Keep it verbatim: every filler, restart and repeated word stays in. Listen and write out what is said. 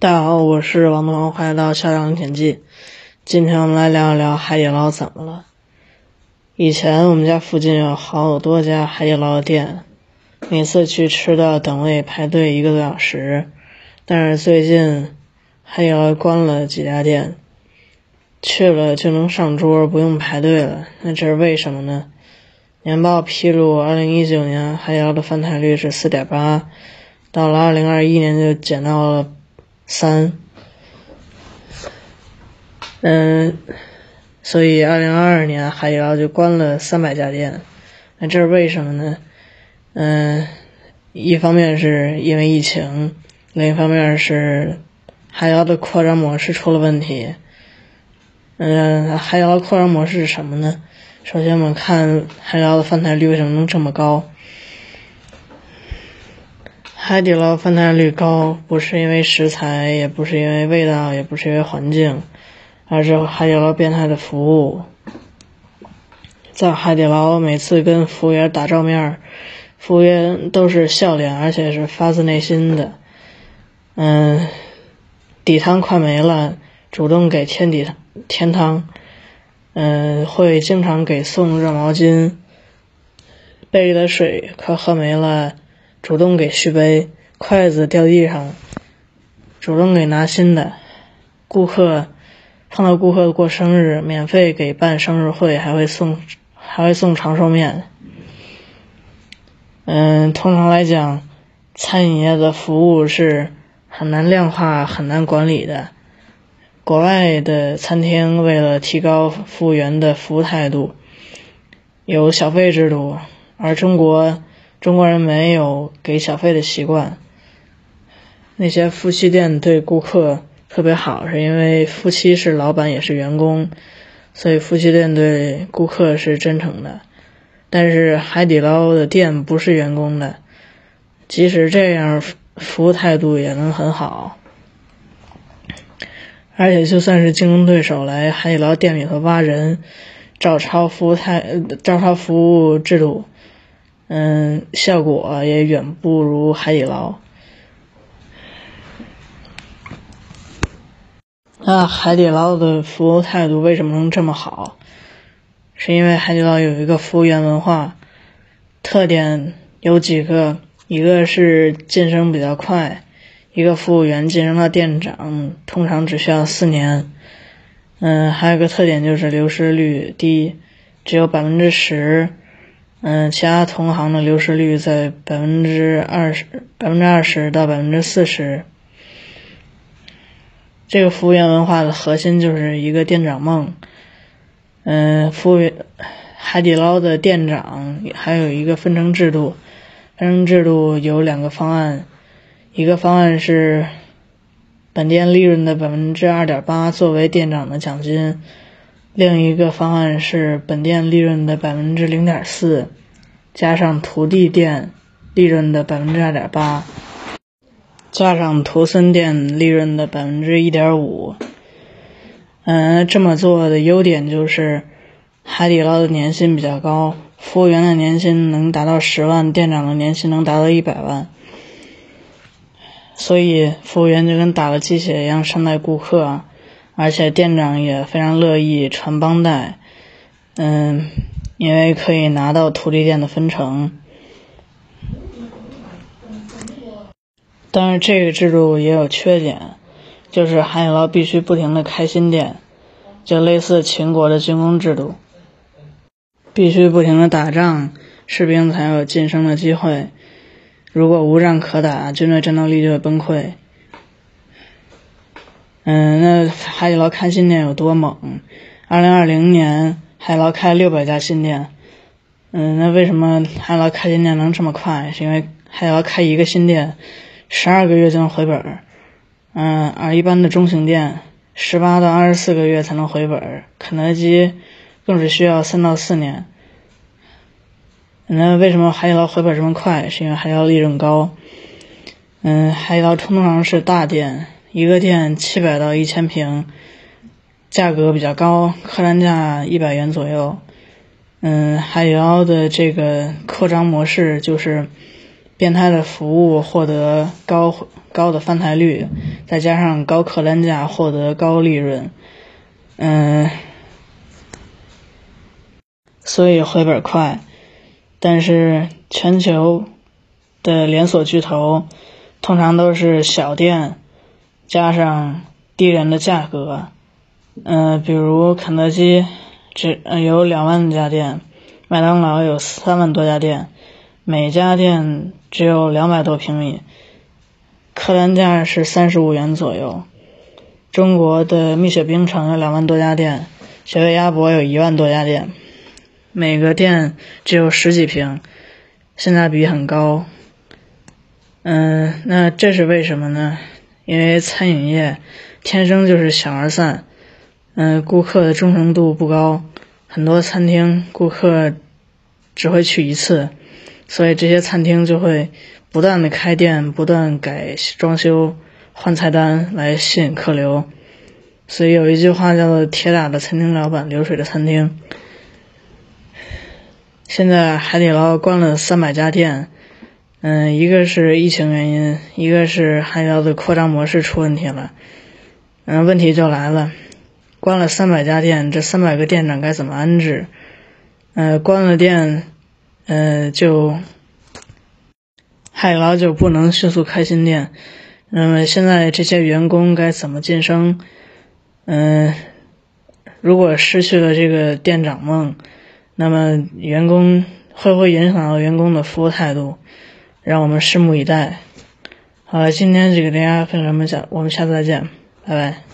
大家好，我是王东方，欢迎来到校长简记。今天我们来聊一聊海底捞怎么了。以前我们家附近有好多家海底捞的店，每次去吃到等位排队一个多小时，但是最近海底捞关了几家店，去了就能上桌，不用排队了。那这是为什么呢？年报披露二零一九年海底捞的翻台率是 四点八， 到了二零二一年就减到了三。嗯，所以二零二二年海底捞就关了三百家店。那这是为什么呢？嗯，一方面是因为疫情，另一方面是海底捞的扩张模式出了问题。嗯，海底捞扩张模式是什么呢？首先我们看海底捞的翻台率为什么能这么高。海底捞翻台率高，不是因为食材，也不是因为味道，也不是因为环境，而是海底捞变态的服务。在海底捞，每次跟服务员打照面，服务员都是笑脸，而且是发自内心的。嗯，底汤快没了，主动给添底添汤。嗯，会经常给送热毛巾。杯里的水快喝没了，主动给续杯。筷子掉地上，主动给拿新的。顾客碰到顾客过生日，免费给办生日会，还会送还会送长寿面。嗯，通常来讲，餐饮业的服务是很难量化、很难管理的。国外的餐厅为了提高服务员的服务态度，有小费制度，而中国中国人没有给小费的习惯。那些夫妻店对顾客特别好，是因为夫妻是老板也是员工，所以夫妻店对顾客是真诚的。但是海底捞的店不是员工的，即使这样服务态度也能很好。而且就算是竞争对手来海底捞店里头挖人，照抄服务态照抄服务制度，嗯，效果也远不如海底捞。那海底捞的服务态度为什么能这么好？是因为海底捞有一个服务员文化，特点有几个，一个是晋升比较快，一个服务员晋升到店长通常只需要四年。嗯，还有一个特点就是流失率低，只有百分之十。嗯，其他同行的流失率在百分之二十、百分之二十到百分之四十。这个服务员文化的核心就是一个店长梦。嗯，服务员海底捞的店长还有一个分成制度，分成制度有两个方案，一个方案是本店利润的百分之二点八作为店长的奖金，另一个方案是本店利润的百分之零点四加上徒弟店利润的百分之二点八，加上徒孙店利润的百分之一点五。嗯，这么做的优点就是海底捞的年薪比较高，服务员的年薪能达到十万，店长的年薪能达到一百万。所以服务员就跟打了鸡血一样善待顾客，而且店长也非常乐意传帮带。嗯，因为可以拿到徒弟店的分成。但是这个制度也有缺点，就是海底捞必须不停的开新店，就类似秦国的军工制度，必须不停的打仗，士兵才有晋升的机会。如果无仗可打，军队战斗力就会崩溃。嗯，那海底捞开新店有多猛？二零二零年海底捞开六百家新店。嗯，那为什么海底捞开新店能这么快？是因为海底捞开一个新店十二个月就能回本。嗯，而一般的中型店十八到二十四个月才能回本，肯德基更是需要三到四年。那为什么海底捞回本这么快？是因为海底捞利润高。嗯，海底捞通常是大店，一个店七百到一千平，价格比较高，客单价一百元左右。嗯，海底捞的这个扩张模式就是变态的服务获得高高的翻台率， 再加上高客单价获得高利润，嗯，所以回本快。但是全球的连锁巨头通常都是小店加上低廉的价格，嗯、呃，比如肯德基只、呃、有两万家店，麦当劳有三万多家店，每家店只有两百多平米，客单价是三十五元左右。中国的蜜雪冰城有两万多家店，雪菲鸭脖有一万多家店，每个店只有十几平，性价比很高。嗯，那这是为什么呢？因为餐饮业天生就是小而散，嗯，顾客的忠诚度不高，很多餐厅顾客只会去一次，所以这些餐厅就会不断的开店，不断改装修，换菜单来吸引客流。所以有一句话叫做铁打的餐厅老板，流水的餐厅。现在海底捞关了三百家店，嗯，一个是疫情原因，一个是海底捞的扩张模式出问题了。嗯，问题就来了，关了三百家店，这三百个店长该怎么安置？呃，关了店，呃，就海底捞就不能迅速开新店。那么现在这些员工该怎么晋升？嗯、呃，如果失去了这个店长梦，那么员工会不会影响到员工的服务态度？让我们拭目以待。好了，今天就给大家分享，我们下我们下次再见，拜拜。